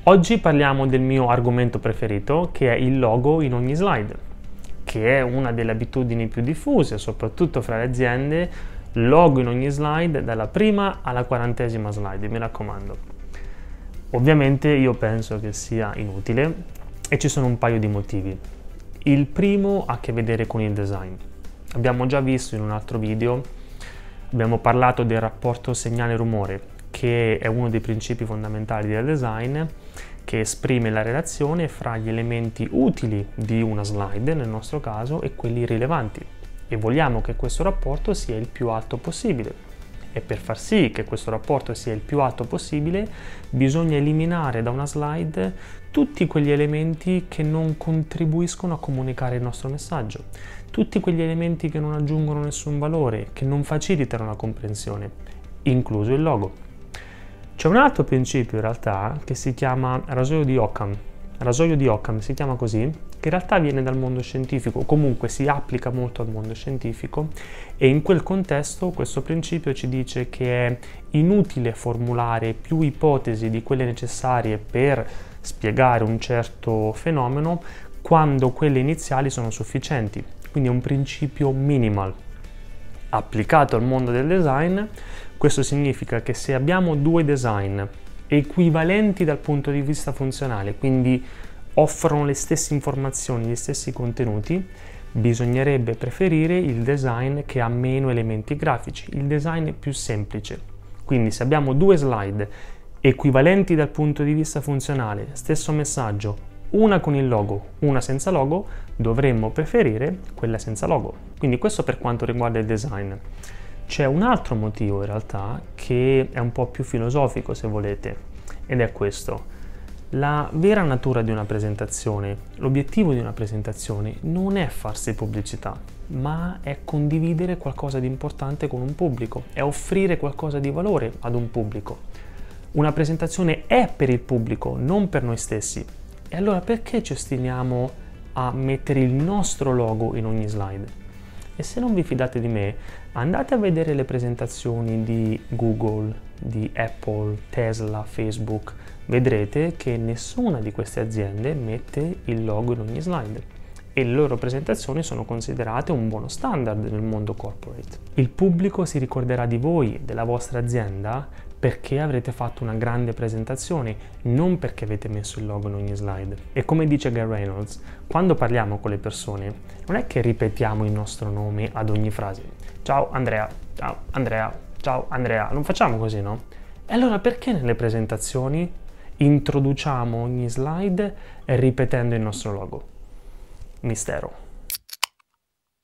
Oggi parliamo del mio argomento preferito, che è il logo in ogni slide, che è una delle abitudini più diffuse, soprattutto fra le aziende. Logo in ogni slide, dalla prima alla 40ª slide, mi raccomando. Ovviamente io penso che sia inutile e ci sono un paio di motivi. Il primo ha a che vedere con il design. Abbiamo già visto in un altro video, abbiamo parlato del rapporto segnale-rumore, che è uno dei principi fondamentali del design, che esprime la relazione fra gli elementi utili di una slide, nel nostro caso, e quelli rilevanti. E vogliamo che questo rapporto sia il più alto possibile. E per far sì che questo rapporto sia il più alto possibile, bisogna eliminare da una slide tutti quegli elementi che non contribuiscono a comunicare il nostro messaggio, tutti quegli elementi che non aggiungono nessun valore, che non facilitano la comprensione, incluso il logo. C'è un altro principio in realtà che si chiama rasoio di Occam. Rasoio di Occam si chiama così, che in realtà viene dal mondo scientifico, comunque si applica molto al mondo scientifico, e in quel contesto questo principio ci dice che è inutile formulare più ipotesi di quelle necessarie per spiegare un certo fenomeno quando quelle iniziali sono sufficienti. Quindi è un principio minimal. Applicato al mondo del design, questo significa che se abbiamo due design equivalenti dal punto di vista funzionale, quindi offrono le stesse informazioni, gli stessi contenuti, bisognerebbe preferire il design che ha meno elementi grafici, il design più semplice. Quindi se abbiamo due slide equivalenti dal punto di vista funzionale, stesso messaggio, una con il logo, una senza logo, dovremmo preferire quella senza logo. Quindi questo per quanto riguarda il design. C'è un altro motivo in realtà che è un po' più filosofico, se volete, ed è questo. La vera natura di una presentazione, l'obiettivo di una presentazione non è farsi pubblicità, ma è condividere qualcosa di importante con un pubblico, è offrire qualcosa di valore ad un pubblico. Una presentazione è per il pubblico, non per noi stessi. E allora perché ci ostiniamo a mettere il nostro logo in ogni slide? E se non vi fidate di me, andate a vedere le presentazioni di Google, di Apple, Tesla, Facebook. Vedrete che nessuna di queste aziende mette il logo in ogni slide e le loro presentazioni sono considerate un buono standard nel mondo corporate. Il pubblico si ricorderà di voi, della vostra azienda, perché avrete fatto una grande presentazione, non perché avete messo il logo in ogni slide. E come dice Gary Reynolds, quando parliamo con le persone, non è che ripetiamo il nostro nome ad ogni frase. Ciao Andrea, ciao Andrea, ciao Andrea. Non facciamo così, no? E allora perché nelle presentazioni introduciamo ogni slide ripetendo il nostro logo? Mistero.